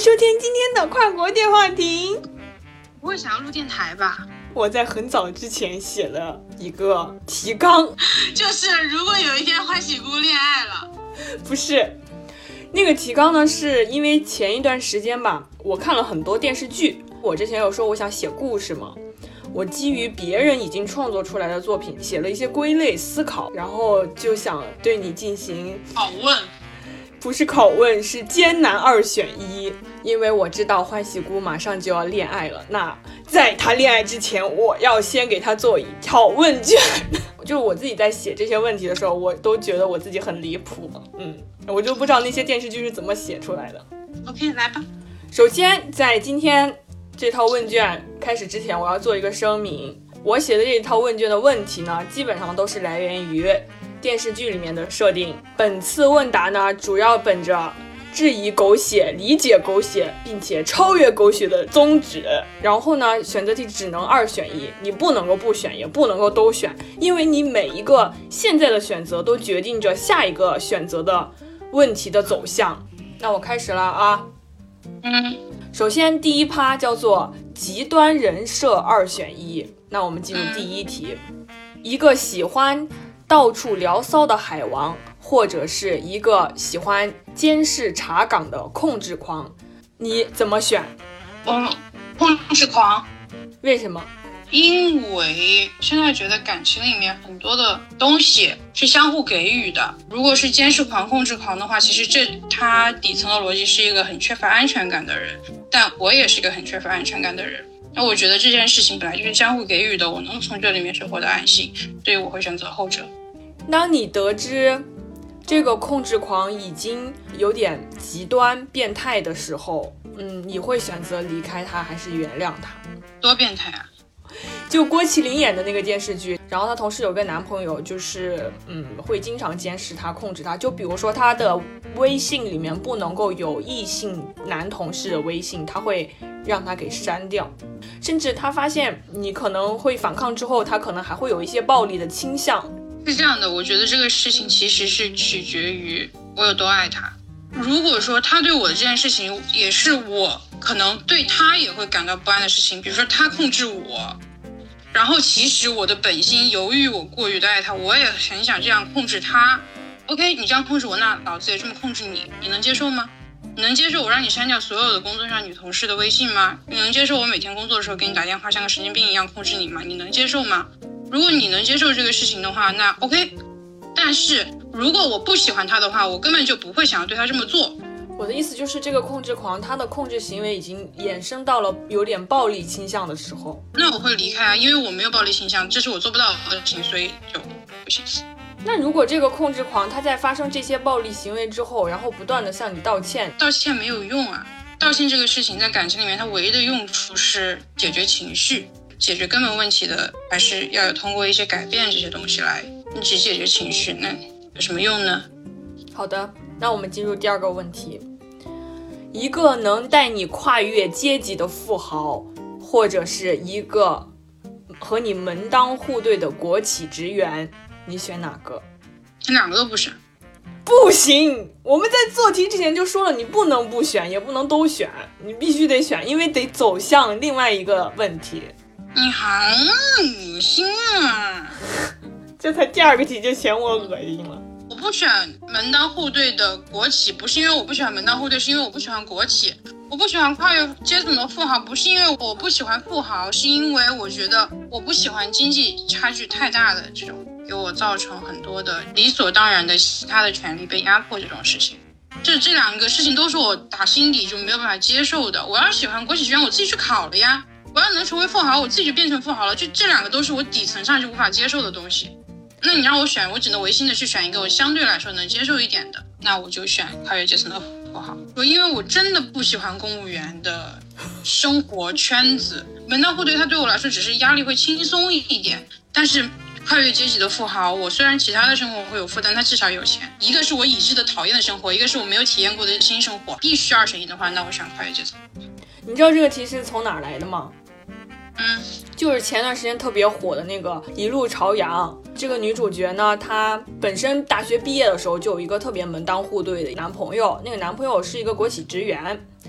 收听今天的跨国电话亭。 不会想要录电台吧？ 我在很早之前写了一个提纲， 就是如果有一天欢喜姑恋爱了。 不是，那个提纲呢，是因为前一段时间吧，我看了很多电视剧。我之前有说我想写故事嘛，我基于别人已经创作出来的作品写了一些归类思考，然后就想对你进行拷问。 不是拷问，是艰难二选一。因为我知道欢喜姑马上就要恋爱了，那在她恋爱之前，我要先给她做一套问卷。就我自己在写这些问题的时候，我都觉得我自己很离谱。我就不知道那些电视剧是怎么写出来的。 OK， 来吧。 首先，在今天这套问卷开始之前，我要做一个声明。我写的这一套问卷的问题呢，基本上都是来源于电视剧里面的设定。本次问答呢，主要本着质疑狗血、理解狗血，并且超越狗血的宗旨。然后呢，选择题只能二选一，你不能够不选，也不能够都选，因为你每一个现在的选择都决定着下一个选择的问题的走向。那我开始了啊。首先第一趴叫做极端人设二选一。那我们进入第一题，一个喜欢到处聊骚的海王，或者是一个喜欢监视查岗的控制狂，你怎么选？ 控制狂。 为什么？ 因为现在觉得感情里面很多的东西是相互给予的。如果是监视狂、控制狂的话，其实它底层的逻辑是一个很缺乏安全感的人，但我也是一个很缺乏安全感的人。那我觉得这件事情本来就是相互给予的，我能从这里面是获得安心，所以我会选择后者。 当你得知这个控制狂已经有点极端变态的时候，你会选择离开他还是原谅他？ 多变态啊！ 就郭麒麟演的那个电视剧，然后她同事有个男朋友，就是会经常监视她、控制她。就比如说她的微信里面不能够有异性男同事的微信，他会让他给删掉。甚至他发现你可能会反抗之后，他可能还会有一些暴力的倾向。 是这样的，我觉得这个事情其实是取决于我有多爱他。如果说他对我的这件事情也是我可能对他也会感到不安的事情，比如说他控制我，然后其实我的本心由于我过于的爱他，我也很想这样控制他。 OK， 你这样控制我，那老子也这么控制你，你能接受吗？你能接受我让你删掉所有的工作上女同事的微信吗？你能接受我每天工作的时候给你打电话像个神经病一样控制你吗？你能接受吗？如果你能接受这个事情的话，那 OK。 但是如果我不喜欢他的话，我根本就不会想要对他这么做。 我的意思就是这个控制狂他的控制行为已经衍生到了有点暴力倾向的时候， 那我会离开啊，因为我没有暴力倾向，这是我做不到的事情，所以就不行。 那如果这个控制狂他在发生这些暴力行为之后，然后不断的向你道歉没有用啊。道歉这个事情在感情里面它唯一的用处是解决情绪，解决根本问题的还是要有通过一些改变这些东西来，你只解决情绪那有什么用呢？ 好的，那我们进入第二个问题，一个能带你跨越阶级的富豪，或者是一个和你门当户对的国企职员，你选哪个？ 这两个都不选。 不行，我们在做题之前就说了，你不能不选，也不能都选，你必须得选，因为得走向另外一个问题。 你好恶心啊！ 这才第二个题就嫌我恶心了。 我不选门当户对的国企，不是因为我不喜欢门当户对，是因为我不喜欢国企。我不喜欢跨越阶层的富豪，不是因为我不喜欢富豪，是因为我觉得我不喜欢经济差距太大的这种给我造成很多的理所当然的其他的权利被压迫这种事情。这两个事情都是我打心底就没有办法接受的。我要是喜欢国企职员，我自己去考了呀。我要能成为富豪，我自己就变成富豪了。就这两个都是我底层上就无法接受的东西。那你让我选，我只能违心的去选一个我相对来说能接受一点的，那我就选跨越阶层的富豪。因为我真的不喜欢公务员的生活圈子，门当户对它对我来说只是压力会轻松一点，但是跨越阶级的富豪，我虽然其他的生活会有负担，他至少有钱。一个是我已知的讨厌的生活，一个是我没有体验过的新生活，必须二选一的话，那我选跨越阶层。 你知道这个题是从哪儿来的吗？就是前段时间特别火的那个《一路朝阳》。这个女主角呢，她本身大学毕业的时候就有一个特别门当户对的男朋友，那个男朋友是一个国企职员。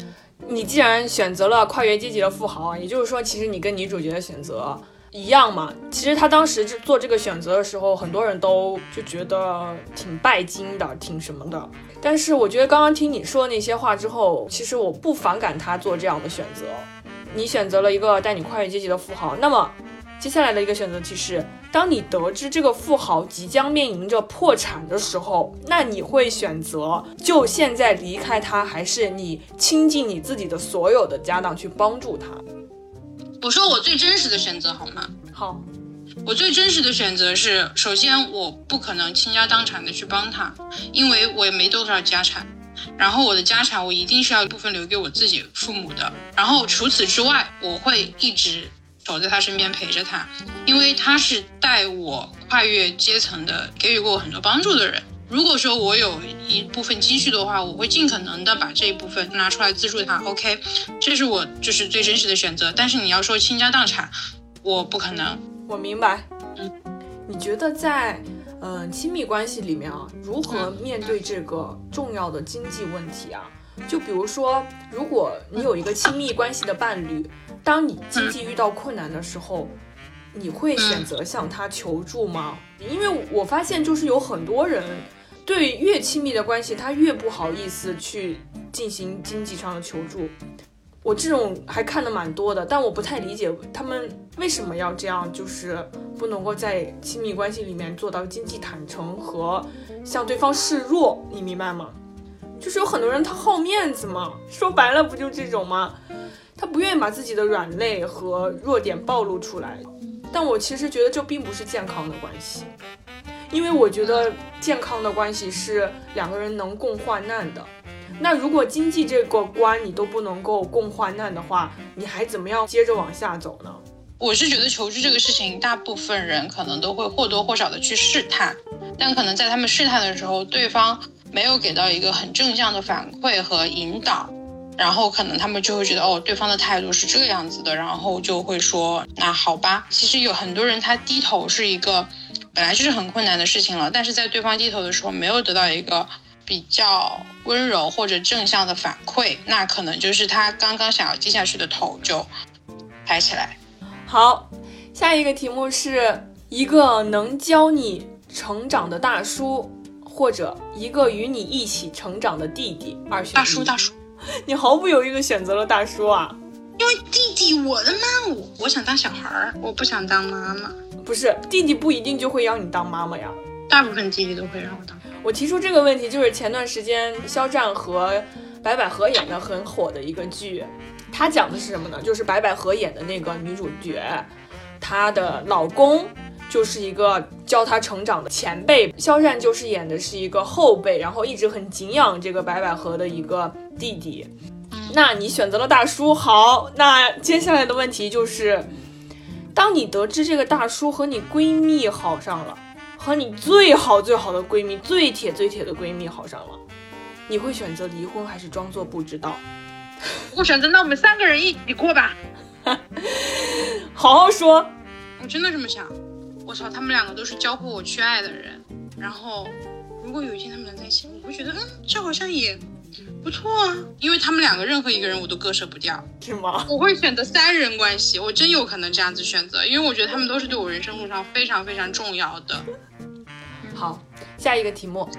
你既然选择了跨越阶级的富豪，也就是说其实你跟女主角的选择一样嘛。其实他当时做这个选择的时候，很多人都就觉得挺拜金的，挺什么的。但是我觉得刚刚听你说那些话之后，其实我不反感他做这样的选择。你选择了一个带你跨越阶级的富豪，那么接下来的一个选择题是，当你得知这个富豪即将面临着破产的时候，那你会选择就现在离开他，还是你倾尽你自己的所有的家当去帮助他？ 我说我最真实的选择好吗？ 好， 我最真实的选择是，首先我不可能倾家荡产的去帮他，因为我也没多少家产，然后我的家产我一定是要一部分留给我自己父母的，然后除此之外我会一直守在他身边陪着他，因为他是带我跨越阶层的，给予过我很多帮助的人。如果说我有一部分积蓄的话，我会尽可能的把这一部分拿出来资助他。 OK， 这是我就是最真实的选择。但是你要说倾家荡产，我不可能。 我明白。你觉得在亲密关系里面啊，如何面对这个重要的经济问题啊？就比如说，如果你有一个亲密关系的伴侣，当你经济遇到困难的时候，你会选择向他求助吗？因为我发现就是有很多人对越亲密的关系他越不好意思去进行经济上的求助。我这种还看得蛮多的，但我不太理解他们为什么要这样，就是不能够在亲密关系里面做到经济坦诚和向对方示弱，你明白吗？就是有很多人他好面子嘛，说白了不就这种吗？他不愿意把自己的软肋和弱点暴露出来。但我其实觉得这并不是健康的关系，因为我觉得健康的关系是两个人能共患难的。那如果经济这个关你都不能够共患难的话，你还怎么样接着往下走呢？ 我是觉得求助这个事情，大部分人可能都会或多或少的去试探，但可能在他们试探的时候，对方没有给到一个很正向的反馈和引导，然后可能他们就会觉得对方的态度是这个样子的，然后就会说那好吧。其实有很多人他低头是一个本来就是很困难的事情了，但是在对方低头的时候没有得到一个比较温柔或者正向的反馈，那可能就是他刚刚想要低下去的头就抬起来。好， 下一个题目是一个能教你成长的大叔，或者一个与你一起成长的弟弟，二选一。 大叔， 你毫不犹豫地选择了大叔啊？ 因为弟弟我的妈，我想当小孩，我不想当妈妈。 不是，弟弟不一定就会让你当妈妈呀。 大部分弟弟都会让我当。 我提出这个问题就是前段时间肖战和白百合演的很火的一个剧，他讲的是什么呢？就是白百合演的那个女主角，她的老公就是一个教她成长的前辈，肖战就是演的是一个后辈，然后一直很敬仰这个白百合的一个弟弟。那你选择了大叔，好，那接下来的问题就是，当你得知这个大叔和你闺蜜好上了，和你最好的闺蜜，最铁的闺蜜好上了，你会选择离婚还是装作不知道？ 我选择那我们3个人一起过吧。 好好说。 我真的这么想。我操，他们2个都是教会我去爱的人，然后如果有一天他们俩在一起，我会觉得这好像也不错啊，因为他们2个任何一个人我都割舍不掉。 是吗？ 我会选择3人关系，我真有可能这样子选择，因为我觉得他们都是对我人生路上非常非常重要的。 好，下一个题目。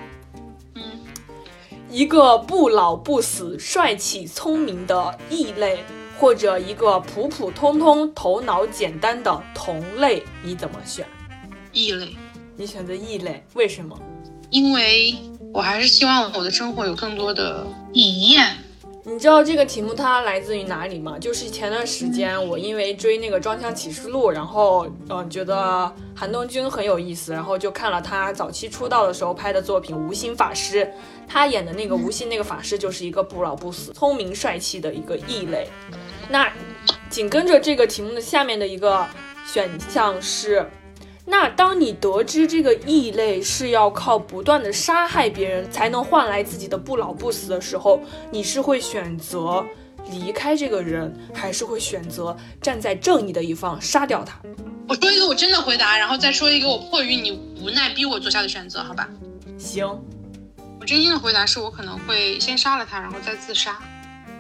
一个不老不死、帅气聪明的异类，或者一个普普通通、头脑简单的同类，你怎么选？ 异类。 你选择异类，为什么？ 因为我还是希望我的生活有更多的体验。 你知道这个题目它来自于哪里吗？就是前段时间我因为追那个《装腔启示录》，然后觉得韩东君很有意思，然后就看了他早期出道的时候拍的作品《无心法师》，他演的那个无心那个法师就是一个不老不死、聪明帅气的一个异类。那紧跟着这个题目的下面的一个选项是，那当你得知这个异类是要靠不断的杀害别人才能换来自己的不老不死的时候，你是会选择离开这个人，还是会选择站在正义的一方杀掉他？ 我说一个我真的回答，然后再说一个我迫于你无奈逼我做下的选择，好吧？ 行。 我真心的回答是我可能会先杀了他，然后再自杀。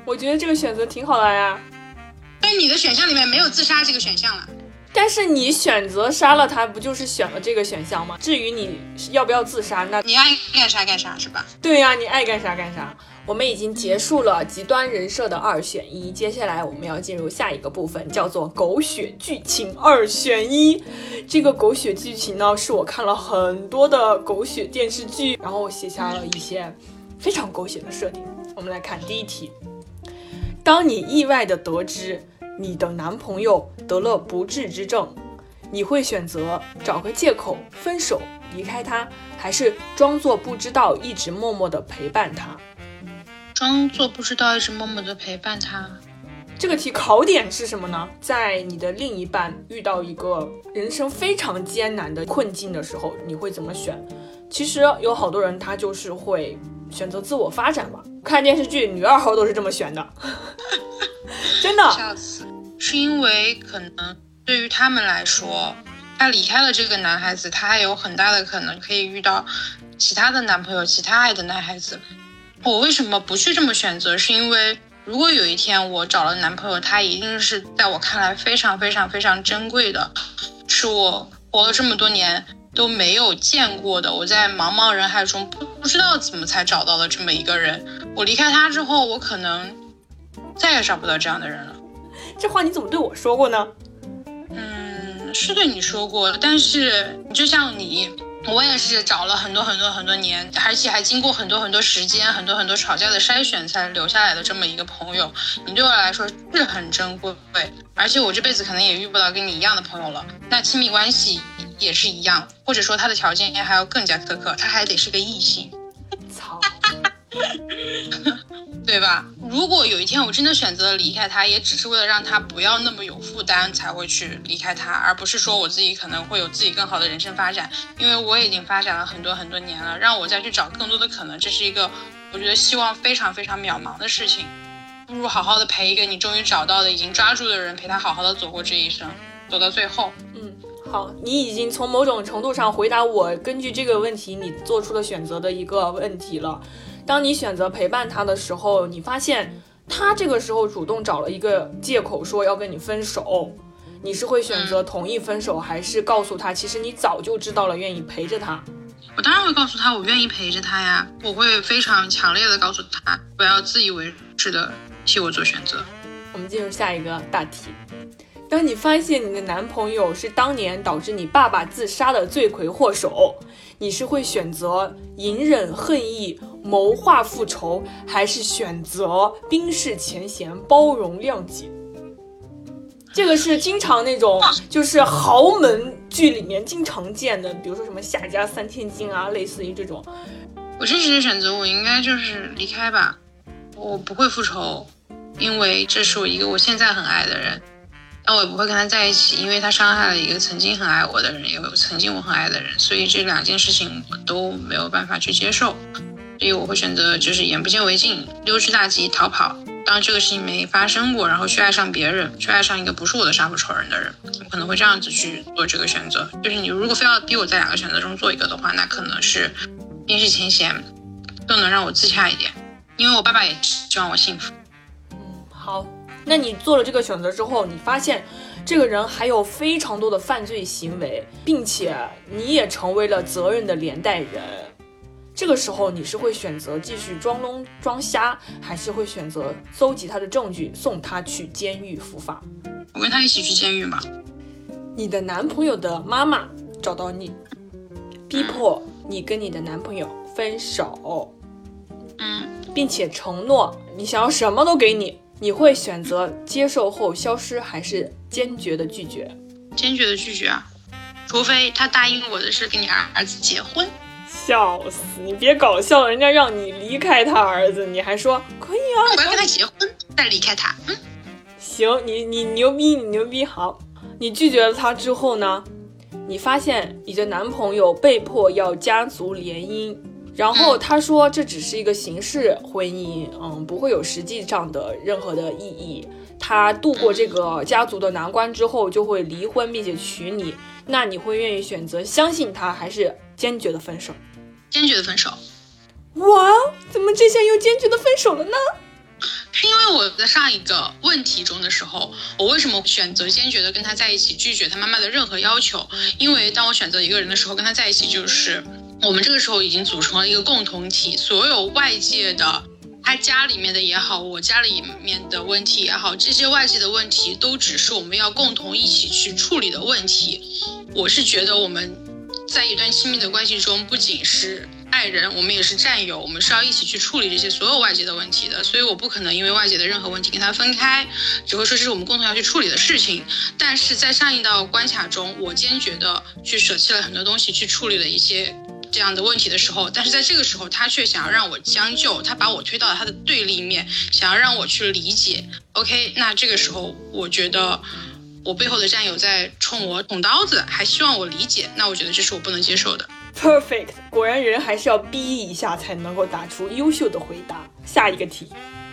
我觉得这个选择挺好的呀。 但你的选项里面没有自杀这个选项了。 但是你选择杀了他，不就是选了这个选项吗？至于你要不要自杀，那你爱干啥干啥是吧？ 对呀，你爱干啥干啥。我们已经结束了极端人设的2选1，接下来我们要进入下一个部分，叫做狗血剧情2选1。这个狗血剧情呢，是我看了很多的狗血电视剧，然后我写下了一些非常狗血的设定。我们来看第一题：当你意外地得知你的男朋友得了不治之症，你会选择找个借口分手离开他，还是装作不知道一直默默地陪伴他？ 装作不知道一直默默地陪伴他。 这个题考点是什么呢？在你的另一半遇到一个人生非常艰难的困境的时候，你会怎么选？其实有好多人他就是会选择自我发展嘛，看电视剧女2号都是这么选的真的。 笑死，是因为可能对于他们来说，他离开了这个男孩子，他还有很大的可能可以遇到其他的男朋友，其他爱的男孩子。我为什么不去这么选择？是因为如果有一天我找了男朋友，他一定是在我看来非常非常非常珍贵的，是我活了这么多年都没有见过的，我在茫茫人海中不知道怎么才找到了这么一个人。我离开他之后，我可能再也找不到这样的人了。 这话你怎么对我说过呢？ 是对你说过，但是就像你，我也是找了很多很多很多年，而且还经过很多很多时间、很多很多吵架的筛选才留下来的这么一个朋友。你对我来说是很珍贵，而且我这辈子可能也遇不到跟你一样的朋友了。那亲密关系也是一样，或者说他的条件还要更加苛刻，他还得是个异性。 操对吧？如果有一天我真的选择了离开他，也只是为了让他不要那么有负担才会去离开他，而不是说我自己可能会有自己更好的人生发展。因为我已经发展了很多很多年了，让我再去找更多的可能，这是一个我觉得希望非常非常渺茫的事情。不如好好的陪一个你终于找到的已经抓住的人，陪他好好的走过这一生，走到最后。 好，你已经从某种程度上回答我根据这个问题你做出的选择的一个问题了。当你选择陪伴他的时候，你发现他这个时候主动找了一个借口说要跟你分手，你是会选择同意分手，还是告诉他其实你早就知道了愿意陪着他？ 我当然会告诉他我愿意陪着他呀，我会非常强烈的告诉他不要自以为是的替我做选择。 我们进入下一个大题。当你发现你的男朋友是当年导致你爸爸自杀的罪魁祸首，你是会选择隐忍恨意谋划复仇，还是选择冰释前嫌包容谅解？这个是经常那种就是豪门剧里面经常见的，比如说什么夏家三千金啊，类似于这种。 我真实的选择我应该就是离开吧，我不会复仇，因为这是我现在很爱的人，但我也不会跟他在一起，因为他伤害了一个曾经很爱我的人，也有曾经我很爱的人，所以这2件事情我都没有办法去接受，所以我会选择就是眼不见为净，溜之大吉，逃跑，当这个事情没发生过，然后去爱上别人，去爱上一个不是我的杀父仇人的人，我可能会这样子去做这个选择。就是你如果非要逼我在2个选择中做一个的话，那可能是冰释前嫌更能让我自洽一点，因为我爸爸也希望我幸福。 好，那你做了这个选择之后，你发现这个人还有非常多的犯罪行为，并且你也成为了责任的连带人，这个时候你是会选择继续装聋装瞎，还是会选择搜集他的证据送他去监狱伏法？ 我跟他一起去监狱吧。 你的男朋友的妈妈找到你，逼迫你跟你的男朋友分手，并且承诺你想要什么都给你，你会选择接受后消失，还是坚决的拒绝？ 坚决的拒绝啊，除非他答应我的是跟你儿子结婚。 笑死，你别搞笑了，人家让你离开他儿子，你还说可以啊， 我要跟他结婚再离开他。 行，你牛逼，你牛逼。好，你拒绝了他之后呢，你发现你的男朋友被迫要家族联姻，然后他说这只是一个形式婚姻，不会有实际上的任何的意义，他度过这个家族的难关之后就会离婚并且娶你，那你会愿意选择相信他，还是坚决的分手？ 坚决的分手。 哇，怎么这下又坚决的分手了呢？ 是因为为我在上一个问题中的时候，我为什么选择坚决的跟他在一起，拒绝他妈妈的任何要求？因为当我选择一个人的时候，跟他在一起就是我们这个时候已经组成了一个共同体，所有外界的他家里面的也好，我家里面的问题也好，这些外界的问题都只是我们要共同一起去处理的问题。我是觉得我们在一段亲密的关系中，不仅是爱人，我们也是战友，我们是要一起去处理这些所有外界的问题的，所以我不可能因为外界的任何问题跟他分开，只会说这是我们共同要去处理的事情。但是在上一道关卡中，我坚决的去舍弃了很多东西，去处理了一些这样的问题的时候，但是在这个时候他却想要让我将就，他把我推到了他的对立面，想要让我去理解。 OK， 那这个时候我觉得我背后的战友在冲我捅刀子，还希望我理解，那我觉得这是我不能接受的。 Perfect， 果然人还是要逼一下才能够打出优秀的回答。下一个题，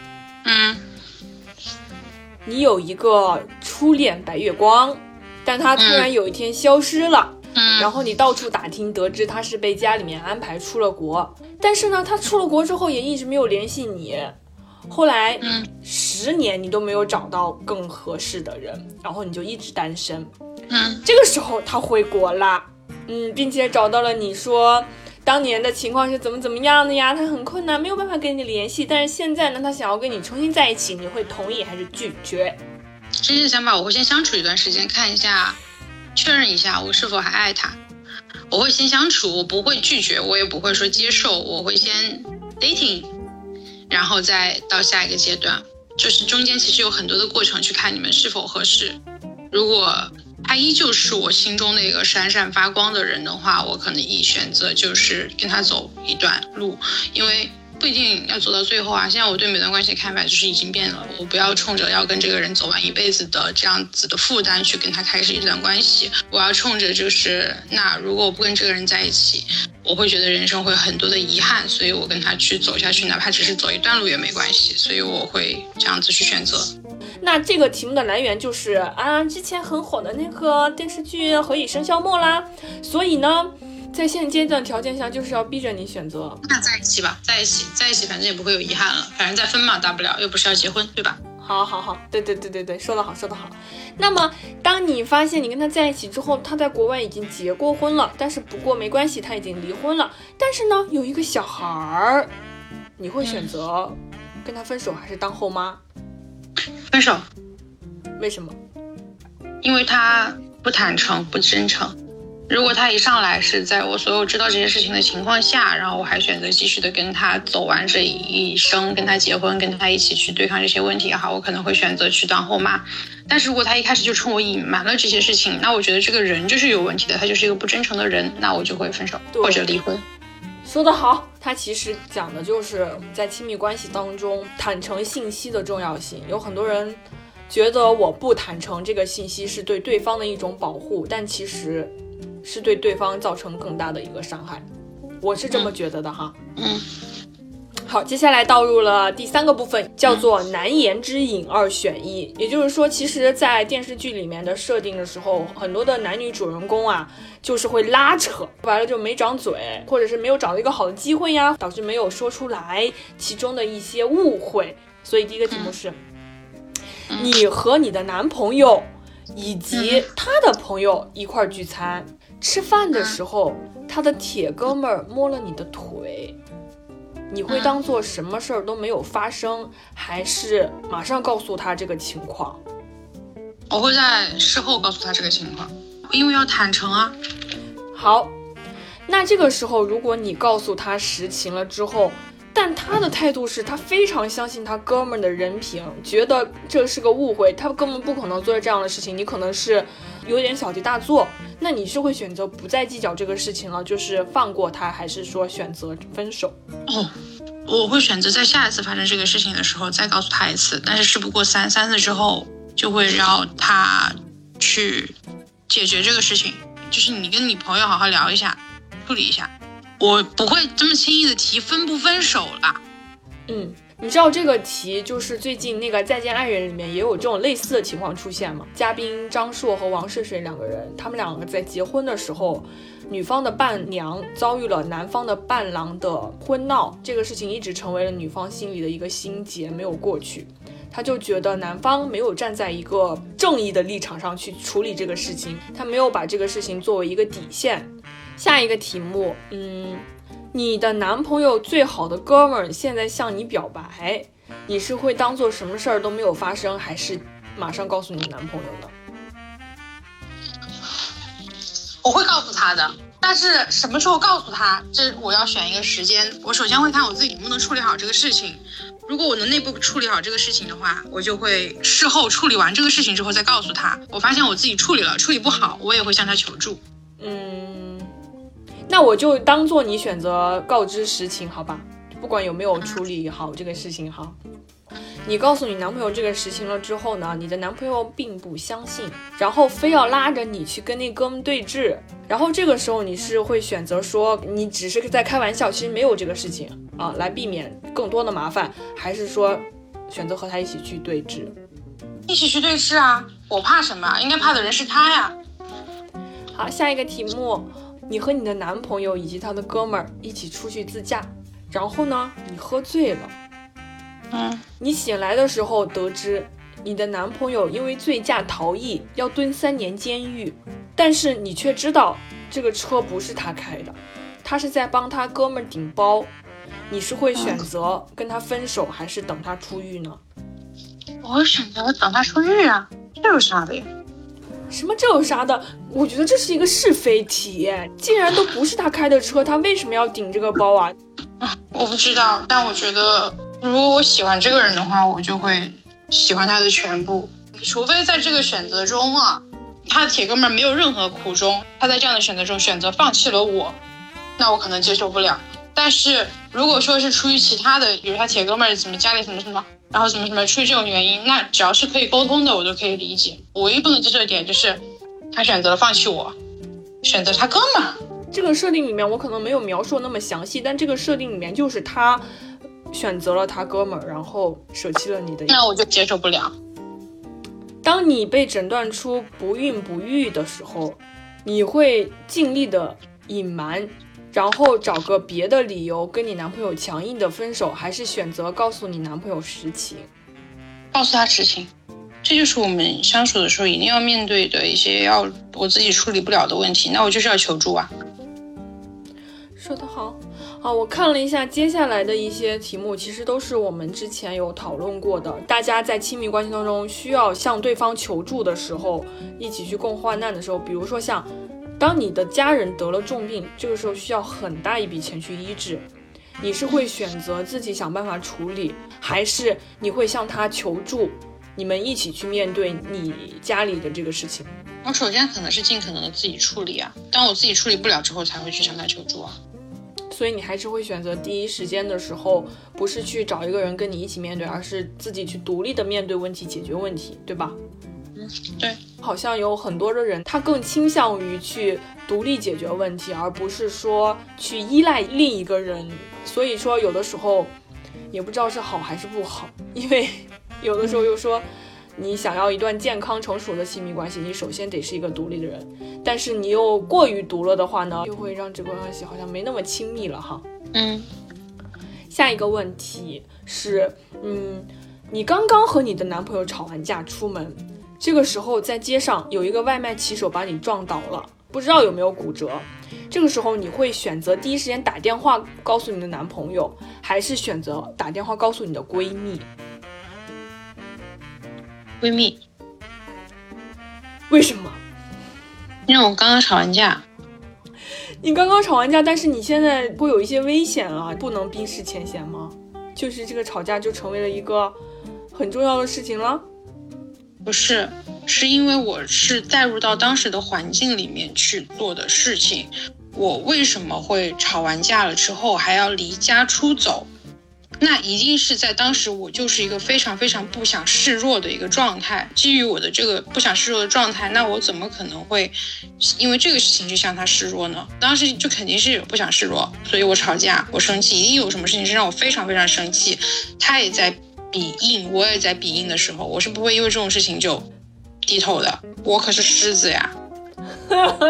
你有一个初恋白月光，但他突然有一天消失了，然后你到处打听得知他是被家里面安排出了国，但是呢他出了国之后也一直没有联系你，后来10年你都没有找到更合适的人，然后你就一直单身。这个时候他回国了，并且找到了你，说当年的情况是怎么样的呀，他很困难没有办法跟你联系，但是现在呢他想要跟你重新在一起，你会同意还是拒绝？ 真正想法我会先相处一段时间，看一下确认一下我是否还爱他。我会先相处，我不会拒绝，我也不会说接受，我会先 dating， 然后再到下一个阶段，就是中间其实有很多的过程去看你们是否合适。如果他依旧是我心中那个闪闪发光的人的话，我可能选择就是跟他走一段路，因为不一定要走到最后啊。现在我对每段关系的看法就是已经变了，我不要冲着要跟这个人走完一辈子的这样子的负担去跟他开始一段关系，我要冲着就是那如果我不跟这个人在一起，我会觉得人生会很多的遗憾，所以我跟他去走下去，哪怕只是走一段路也没关系，所以我会这样子去选择。 那这个题目的来源就是之前很火的那个电视剧《何以笙箫默》啦，所以呢在现阶段条件下就是要逼着你选择。 那在一起吧，在一起反正也不会有遗憾了，反正再分嘛，大不了又不是要结婚，对吧？ 好，对，说得好。那么当你发现你跟他在一起之后，他在国外已经结过婚了，但是不过没关系，他已经离婚了，但是呢有一个小孩，你会选择跟他分手还是当后妈？ 分手。 为什么？ 因为他不坦诚不真诚。如果他一上来是在我所有知道这些事情的情况下，然后我还选择继续的跟他走完这一生，跟他结婚，跟他一起去对抗这些问题也好，我可能会选择去当后妈。但是如果他一开始就冲我隐瞒了这些事情，那我觉得这个人就是有问题的，他就是一个不真诚的人，那我就会分手或者离婚。 说得好，他其实讲的就是在亲密关系当中坦诚信息的重要性。有很多人觉得我不坦诚这个信息是对对方的一种保护，但其实是对对方造成更大的一个伤害，我是这么觉得的哈。好，接下来倒入了第3个部分，叫做难言之隐2选1。也就是说，其实在电视剧里面的设定的时候，很多的男女主人公就是会拉扯，说白了就没长嘴，或者是没有找到一个好的机会呀，导致没有说出来其中的一些误会。所以第一个题目是，你和你的男朋友以及他的朋友一块聚餐，吃饭的时候他的铁哥们摸了你的腿，你会当做什么事儿都没有发生，还是马上告诉他这个情况？ 我会在事后告诉他这个情况，因为要坦诚啊。 好，那这个时候如果你告诉他实情了之后，但他的态度是他非常相信他哥们的人品，觉得这是个误会，他根本不可能做这样的事情，你可能是有点小题大做，那你是会选择不再计较这个事情了，就是放过他，还是说选择分手？ 我会选择在下一次发生这个事情的时候再告诉他一次，但是事不过三次之后就会让他去解决这个事情，就是你跟你朋友好好聊一下，处理一下。我不会这么轻易的提分不分手啦。 你知道这个题就是最近那个《再见爱人》里面也有这种类似的情况出现吗？嘉宾张硕和王睡睡两个人，他们两个在结婚的时候，女方的伴娘遭遇了男方的伴郎的婚闹，这个事情一直成为了女方心里的一个心结，没有过去。 他就觉得男方没有站在一个正义的立场上去处理这个事情，他没有把这个事情作为一个底线。下一个题目，你的男朋友最好的哥们儿现在向你表白，你是会当做什么事儿都没有发生，还是马上告诉你男朋友呢？ 我会告诉他的，但是什么时候告诉他，这我要选一个时间。我首先会看我自己能不能处理好这个事情，如果我能内部处理好这个事情的话，我就会事后处理完这个事情之后再告诉他。我发现我自己处理了，处理不好，我也会向他求助。 那我就当做你选择告知实情，好吧？不管有没有处理好这个事情哈。你告诉你男朋友这个事情了之后呢，你的男朋友并不相信，然后非要拉着你去跟那哥们对峙，然后这个时候你是会选择说你只是在开玩笑，其实没有这个事情啊，来避免更多的麻烦，还是说选择和他一起去对峙？ 一起去对峙啊，我怕什么？应该怕的人是他呀。 好，下一个题目，你和你的男朋友以及他的哥们儿一起出去自驾，然后呢，你喝醉了。你醒来的时候得知你的男朋友因为醉驾逃逸要蹲3年监狱，但是你却知道这个车不是他开的，他是在帮他哥们儿顶包，你是会选择跟他分手还是等他出狱呢？ 我会选择等他出狱啊，这有啥的呀？ 什么这有啥的？我觉得这是一个是非题，既然都不是他开的车，他为什么要顶这个包啊？ 我不知道，但我觉得如果我喜欢这个人的话，我就会喜欢他的全部，除非在这个选择中啊，他的铁哥们没有任何苦衷，他在这样的选择中选择放弃了我，那我可能接受不了。但是如果说是出于其他的，比如他铁哥们怎么家里什么什么，然后怎么什么，出于这种原因，那只要是可以沟通的，我都可以理解。我唯一不能接受的点就是他选择了放弃我，选择他哥们。 这个设定里面我可能没有描述那么详细，但这个设定里面就是他选择了他哥们，然后舍弃了你的， 那我就接受不了。 当你被诊断出不孕不育的时候，你会尽力的隐瞒，然后找个别的理由跟你男朋友强硬的分手，还是选择告诉你男朋友实情？ 告诉他实情，这就是我们相处的时候一定要面对的一些我自己处理不了的问题，那我就是要求助啊。 说得好。我看了一下接下来的一些题目，其实都是我们之前有讨论过的，大家在亲密关系当中需要向对方求助的时候，一起去共患难的时候，比如说像当你的家人得了重病，这个时候需要很大一笔钱去医治，你是会选择自己想办法处理，还是你会向他求助，你们一起去面对你家里的这个事情？ 我首先可能是尽可能的自己处理啊，当我自己处理不了之后才会去向他求助啊。 所以你还是会选择第一时间的时候，不是去找一个人跟你一起面对，而是自己去独立的面对问题，解决问题，对吧？ 对。 好像有很多的人，他更倾向于去独立解决问题，而不是说去依赖另一个人。所以说有的时候也不知道是好还是不好，因为有的时候又说你想要一段健康成熟的亲密关系，你首先得是一个独立的人，但是你又过于独了的话呢，又会让这个关系好像没那么亲密了哈。下一个问题是，你刚刚和你的男朋友吵完架出门，这个时候在街上有一个外卖骑手把你撞倒了，不知道有没有骨折，这个时候你会选择第一时间打电话告诉你的男朋友，还是选择打电话告诉你的闺蜜？ 闺蜜。 为什么？ 因为我刚刚吵完架。 你刚刚吵完架，但是你现在会有一些危险啊，不能冰释前嫌吗？就是这个吵架就成为了一个很重要的事情了？ 不是，是因为我是带入到当时的环境里面去做的事情。我为什么会吵完架了之后还要离家出走？那一定是在当时我就是一个非常非常不想示弱的一个状态，基于我的这个不想示弱的状态，那我怎么可能会因为这个事情去向他示弱呢？当时就肯定是不想示弱，所以我吵架，我生气，一定有什么事情是让我非常非常生气，他也在比硬，我也在比硬的时候，我是不会因为这种事情就低头的，我可是狮子呀。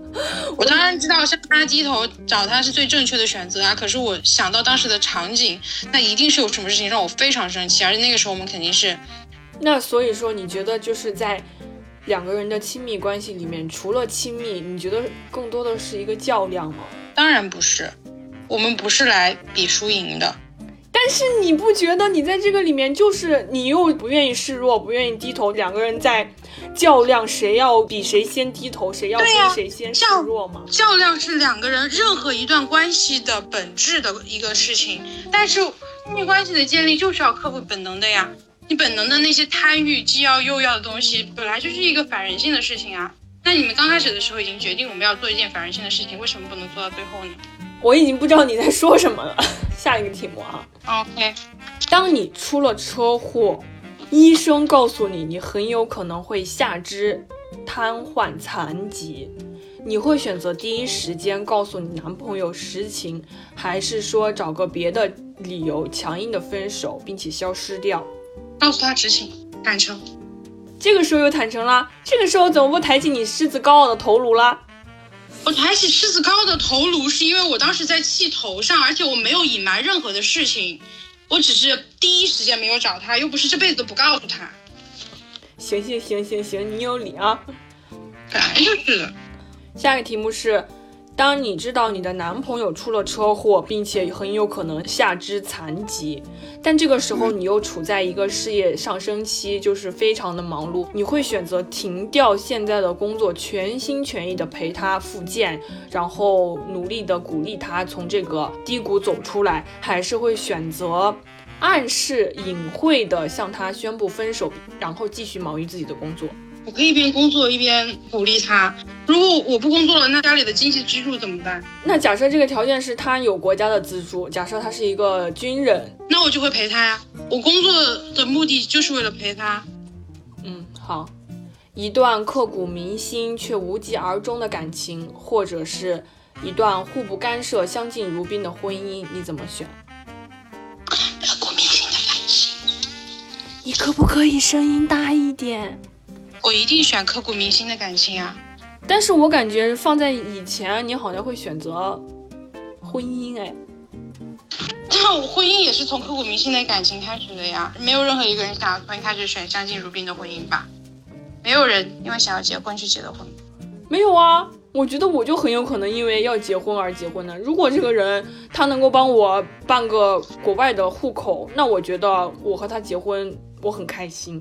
我当然知道向他低头找他是最正确的选择啊，可是我想到当时的场景，那一定是有什么事情让我非常生气，而且那个时候我们肯定是…… 那所以说你觉得就是在两个人的亲密关系里面，除了亲密，你觉得更多的是一个较量吗？ 当然不是，我们不是来比输赢的。 但是你不觉得你在这个里面就是你又不愿意示弱，不愿意低头，两个人在较量谁要比谁先低头，谁要比谁先示弱吗？ 较量是两个人任何一段关系的本质的一个事情，但是亲密关系的建立就是要克服本能的呀。你本能的那些贪欲既要又要的东西本来就是一个反人性的事情啊。那你们刚开始的时候已经决定我们要做一件反人性的事情，为什么不能做到最后呢？ 我已经不知道你在说什么了。下一个题目啊。 OK， 当你出了车祸，医生告诉你你很有可能会下肢瘫痪残疾，你会选择第一时间告诉你男朋友实情，还是说找个别的理由强硬的分手并且消失掉？ 告诉他实情，坦诚。 这个时候又坦诚啦，这个时候怎么不抬起你狮子高傲的头颅啦？ 我抬起狮子高傲的头颅是因为我当时在气头上，而且我没有隐瞒任何的事情，我只是第一时间没有找他，又不是这辈子都不告诉他。 行，你有理啊。 本来就是的。 下一个题目是，当你知道你的男朋友出了车祸，并且很有可能下肢残疾，但这个时候你又处在一个事业上升期，就是非常的忙碌，你会选择停掉现在的工作，全心全意的陪他复健，然后努力的鼓励他从这个低谷走出来，还是会选择暗示隐晦的向他宣布分手，然后继续忙于自己的工作？ 我可以一边工作一边鼓励他。如果我不工作了，那家里的经济支柱怎么办？ 那假设这个条件是他有国家的资助，假设他是一个军人， 那我就会陪他呀。我工作的目的就是为了陪他。 好。一段刻骨铭心却无疾而终的感情，或者是一段互不干涉相敬如宾的婚姻，你怎么选？ 刻骨铭心的感情。 你可不可以声音大一点？ 我一定选刻骨铭心的感情啊。 但是我感觉放在以前，你好像会选择婚姻哎。 但我婚姻也是从刻骨铭心的感情开始的呀，没有任何一个人想要从一开始选相敬如宾的婚姻吧？没有人因为想要结婚去结的婚。 没有啊，我觉得我就很有可能因为要结婚而结婚的。如果这个人他能够帮我办个国外的户口，那我觉得我和他结婚我很开心。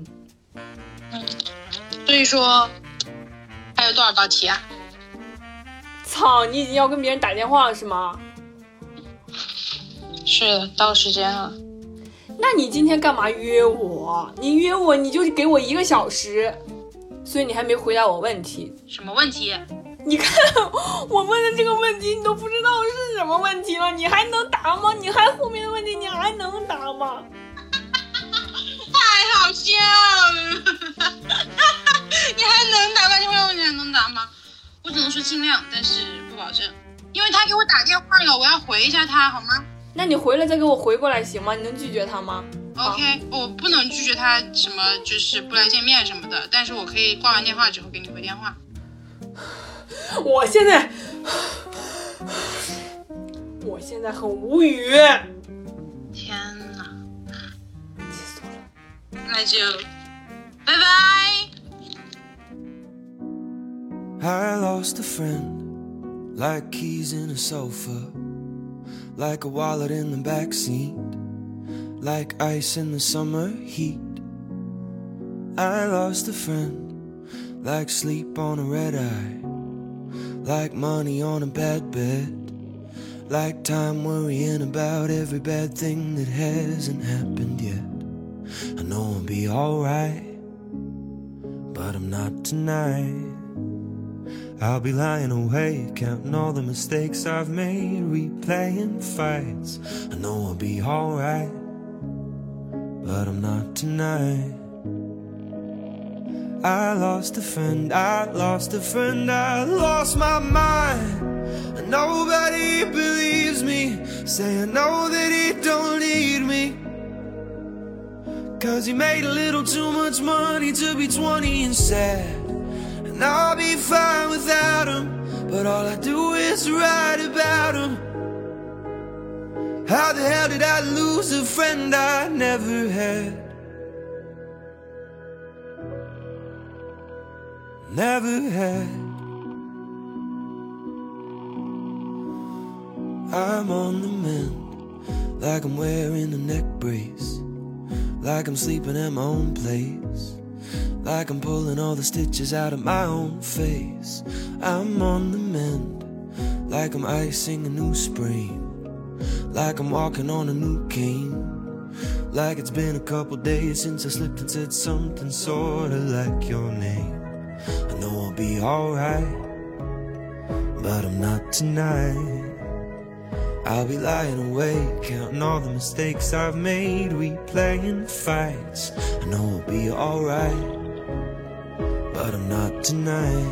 所以说还有多少道题啊？ 操，你已经要跟别人打电话了是吗？ 是，到时间了。 那你今天干嘛约我？你约我你就给我1个小时，所以你还没回答我问题。 什么问题？ 你看我问的这个问题你都不知道是什么问题了，你还能答吗？你还后面的问题你还能答吗？ 太好笑了。你还能答吗？你问你还能答吗？我只能说尽量，但是不保证，因为他给我打电话了，我要回一下他好吗？ 那你回来再给我回过来行吗？你能拒绝他吗？ OK， 我不能拒绝他什么就是不来见面什么的，但是我可以挂完电话之后给你回电话。 我现在很无语。 天哪， 气死我了。 那就拜拜。 I lost a friend, like keys in a sofa, like a wallet in the backseat, like ice in the summer heat. I lost a friend, like sleep on a red eye, like money on a bad bed, like time worrying about every bad thing that hasn't happened yet. I know I'll be alright, but I'm not tonight. I'll be lying awake, counting all the mistakes I've made, replaying fights. I know I'll be alright, but I'm not tonight. I lost a friend, I lost a friend, I lost my mind. And nobody believes me, say I know that he don't need me, 'cause he made a little too much money to be 20 and sad. And I'll be fine without him, but all I do is write about them. How the hell did I lose a friend I never had? Never had. I'm on the mend, like I'm wearing a neck brace, like I'm sleeping at my own place, like I'm pulling all the stitches out of my own face. I'm on the mend, like I'm icing a new spring, like I'm walking on a new cane, like it's been a couple days since I slipped and said something sorta like your name. I know I'll be alright, but I'm not tonight. I'll be lying awake, counting all the mistakes I've made, replaying fights. I know I'll be alright, but I'm not tonight.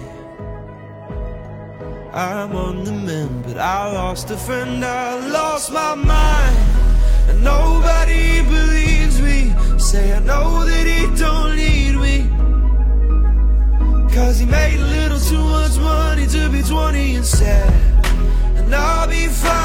I'm on the mend, but I lost a friend, I lost my mind, and nobody believes me. Say I know that he don't need me, 'cause he made a little too much money to be 20 and sad. And I'll be fine